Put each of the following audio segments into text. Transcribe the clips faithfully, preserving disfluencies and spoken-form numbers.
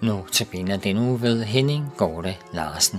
Nu tabiner den uge ved Henning Gorte Larsen.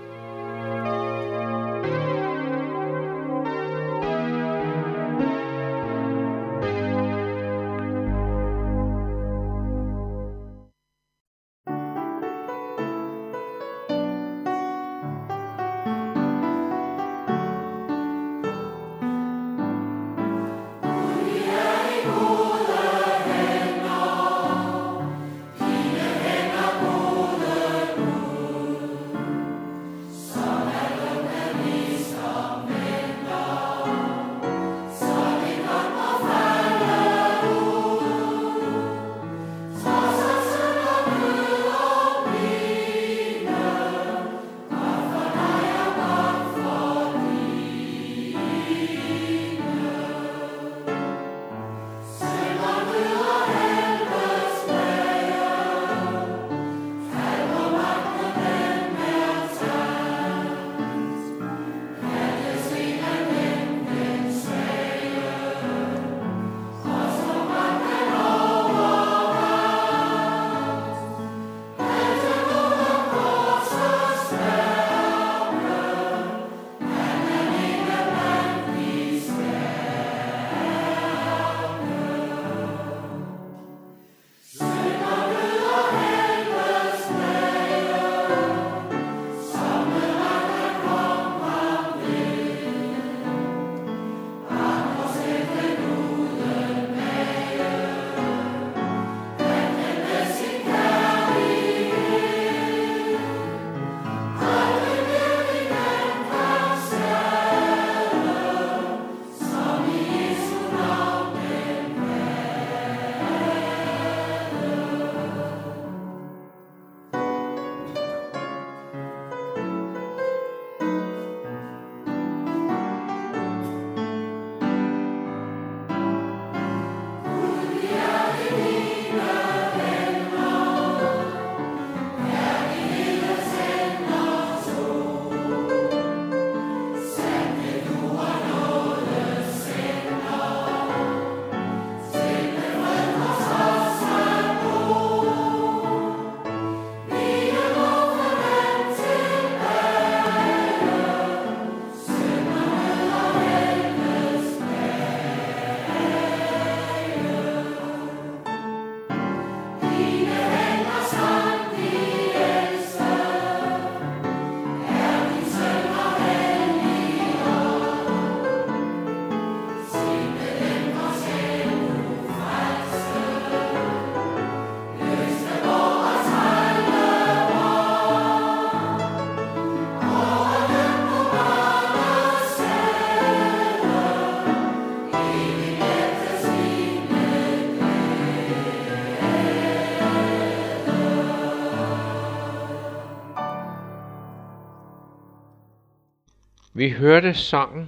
Vi hørte sangen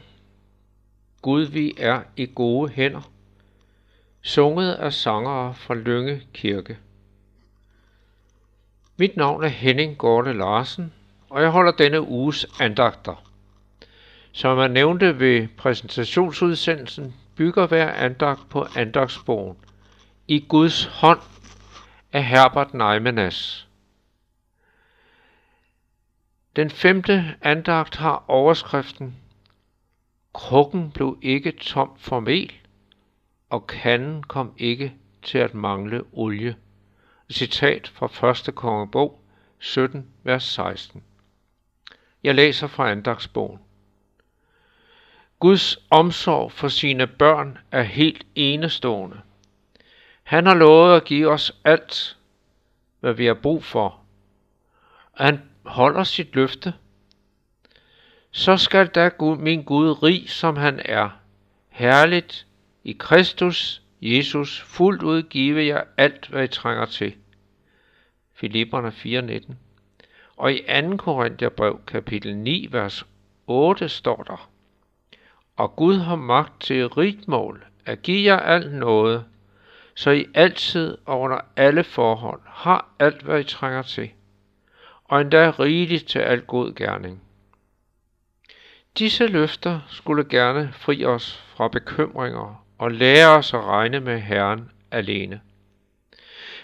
Gud, vi er i gode hænder, sunget af sangere fra Lynge Kirke. Mit navn er Henning Gorte Larsen, og jeg holder denne uges andagter. Som jeg nævnte ved præsentationsudsendelsen, bygger hver andagt på andagtsbogen I Guds hånd af Herbert Neimenas. Den femte andagt har overskriften Krukken blev ikke tom for mel, og kanden kom ikke til at mangle olie. Citat fra første kongebog, sytten, vers seksten. Jeg læser fra andagtsbogen. Guds omsorg for sine børn er helt enestående. Han har lovet at give os alt, hvad vi har brug for. Han holder sit løfte. Så skal da Gud, min Gud, rig som han er, herligt i Kristus Jesus, fuldt ud give jer alt, hvad I trænger til. Filipperne fire nitten. Og i anden Korintherbrev, kapitel ni, vers otte, står der: Og Gud har magt til rigt mål at give jer alt noget, så I altid og under alle forhold har alt, hvad I trænger til, og endda rigeligt til al god gerning. Disse løfter skulle gerne fri os fra bekymringer og lære os at regne med Herren alene.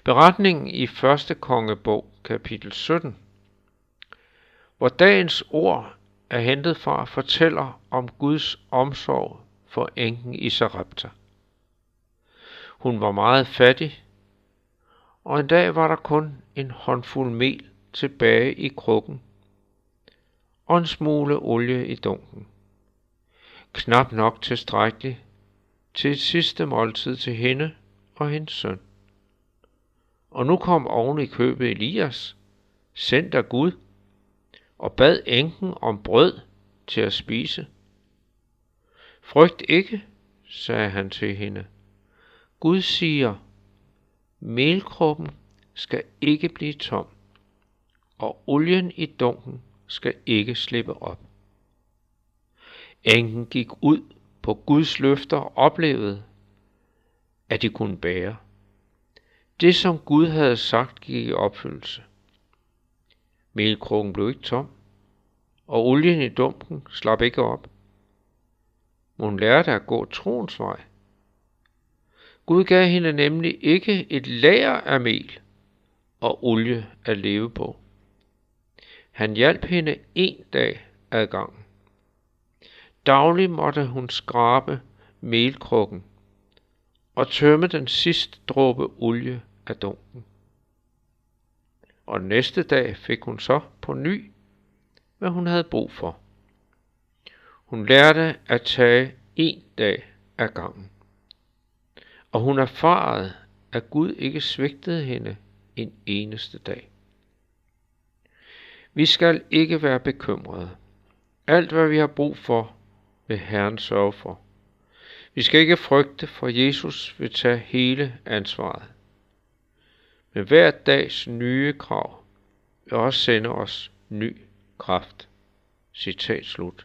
Beretningen i første kongebog, kapitel sytten, hvor dagens ord er hentet fra, fortæller om Guds omsorg for enken i Sarepta. Hun var meget fattig, og en dag var der kun en håndfuld mel tilbage i krukken og en smule olie i dunken. Knap nok tilstrækkeligt til et sidste måltid til hende og hendes søn. Og nu kom oven i købet Elias, sendt af Gud, og bad enken om brød til at spise. Frygt ikke, sagde han til hende. Gud siger, melkrukken skal ikke blive tom, og olien i dunken skal ikke slippe op. Enken gik ud på Guds løfter og oplevede, at de kunne bære. Det, som Gud havde sagt, gik i opfyldelse. Melkrukken blev ikke tom, og olien i dunken slap ikke op. Hun lærte at gå troens vej. Gud gav hende nemlig ikke et lager af mel og olie at leve på. Han hjalp hende en dag ad gangen. Dagligt måtte hun skrabe melkrukken og tømme den sidste dråbe olie af dunken. Og næste dag fik hun så på ny, hvad hun havde brug for. Hun lærte at tage en dag ad gangen. Og hun erfarede, at Gud ikke svigtede hende en eneste dag. Vi skal ikke være bekymrede. Alt, hvad vi har brug for, vil Herren sørge for. Vi skal ikke frygte, for Jesus vil tage hele ansvaret. Men hver dags nye krav vil også sende os ny kraft. Citat slut.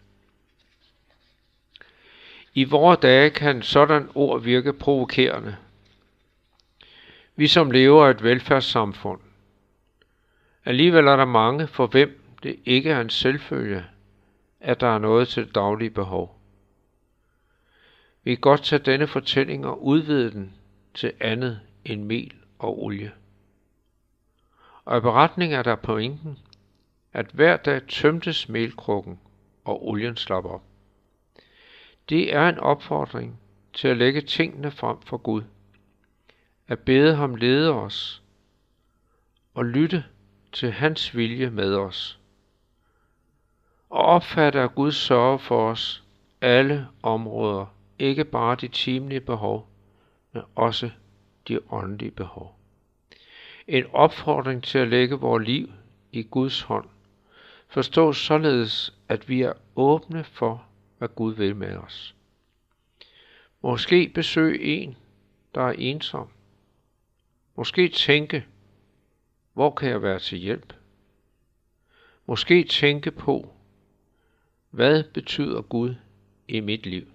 I vore dage kan sådan ord virke provokerende. Vi som lever i et velfærdssamfund. Alligevel er der mange, for hvem det ikke er en selvfølge, at der er noget til det daglige behov. Vi kan godt tage denne fortælling og udvide den til andet end mel og olie. Og i beretningen er der pointen, at hver dag tømtes melkrukken og olien slap op. Det er en opfordring til at lægge tingene frem for Gud, at bede ham lede os og lytte til hans vilje med os, og opfatte, at Gud sørger for os alle områder, ikke bare de timelige behov, men også de åndelige behov. En opfordring til at lægge vores liv i Guds hånd, forstås således, at vi er åbne for, hvad Gud vil med os. Måske besøge en, der er ensom. Måske tænke, hvor kan jeg være til hjælp? Måske tænke på, hvad betyder Gud i mit liv?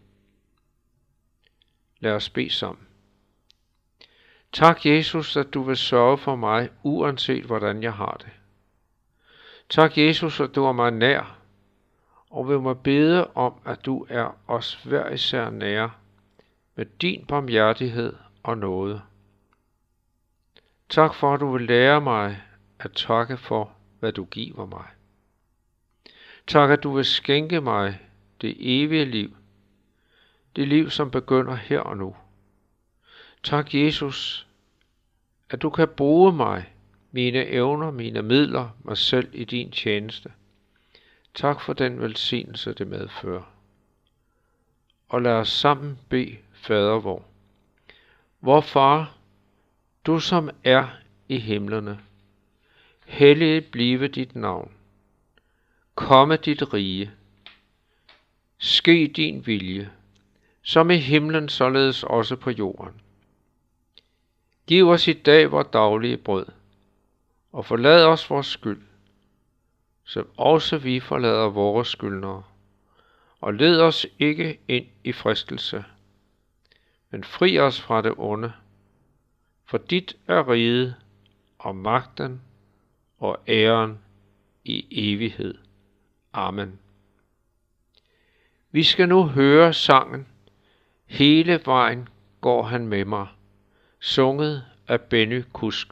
Lad os bede sammen. Tak, Jesus, at du vil sørge for mig, uanset hvordan jeg har det. Tak, Jesus, at du er mig nær, og vil mig bede om, at du er os hver især nær med din barmhjertighed og nåde. Tak for, at du vil lære mig at takke for, hvad du giver mig. Tak, at du vil skænke mig det evige liv, det liv, som begynder her og nu. Tak, Jesus, at du kan bruge mig, mine evner, mine midler, mig selv i din tjeneste. Tak for den velsignelse, det medfører. Og lad os sammen bede Fader vor. Vor Far, du som er i himlene, helliget blive dit navn. Komme dit rige. Ske din vilje, som i himlen således også på jorden. Giv os i dag vor daglige brød, og forlad os vores skyld, som også vi forlader vores skyldnere. Og led os ikke ind i fristelse, men fri os fra det onde. For dit er riget og magten og æren i evighed. Amen. Vi skal nu høre sangen Hele vejen går han med mig, sunget af Benny Kusk.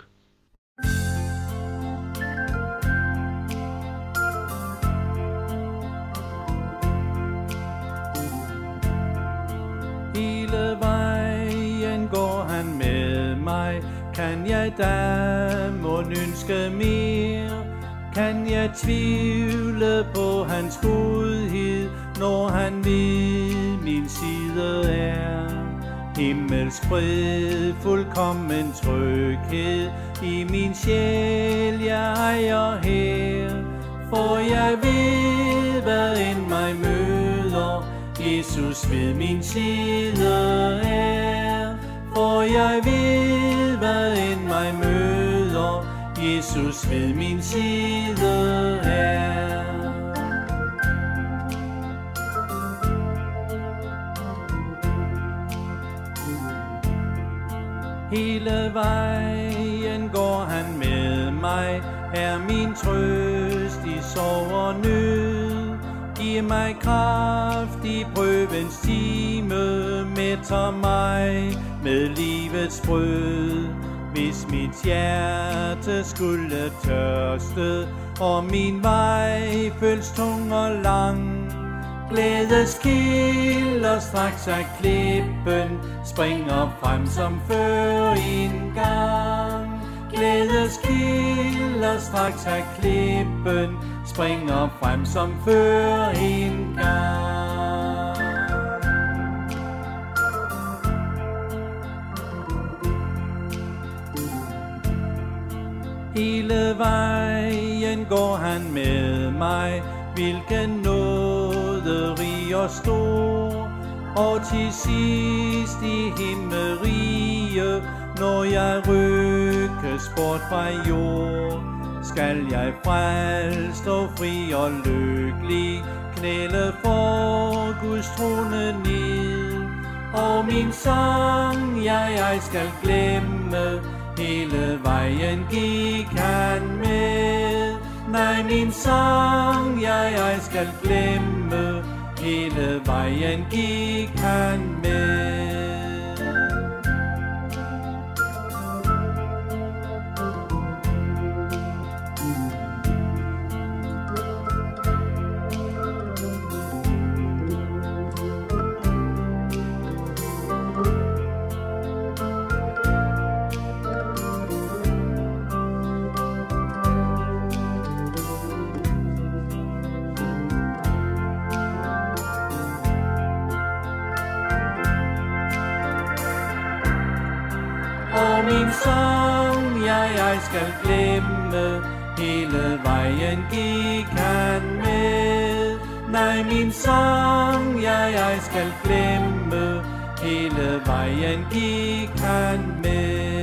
Hele vejen går han med mig. Kan jeg da må ønske mere? Kan jeg tvivle på hans godhed, når han ved min side er? Himmelsk fred, fuldkommen tryghed i min sjæl, jeg ejer her. For jeg ved, hvad end mig møder, Jesus ved min side er. For jeg ved, hvad end mig møder, Jesus ved min side er. Hele vejen går han med mig, er min trøst i sorg og nød. Giv mig kraft i prøvens time, mætter mig med livets brød. Hvis mit hjerte skulle tørste, og min vej føles tung og lang, glædeskilder straks af klippen springer frem som før en gang. Glædeskilder straks af klippen springer frem som før en gang. Hele vejen går han med mig, hvilken nåde rig og stor. Og til sidst i himmerige, når jeg rykkes bort fra jord, skal jeg frelst og fri og lykkelig knæle for Guds trone ned. Og min sang jeg, jeg skal glemme, hele vejen gik han med. Nej, min sang jeg, jeg skal glemme, hele vejen gik han med. Og min sang jeg, jeg skal glemme, hele vejen gik han med. Nej, min sang jeg, jeg skal glemme, hele vejen gik han med.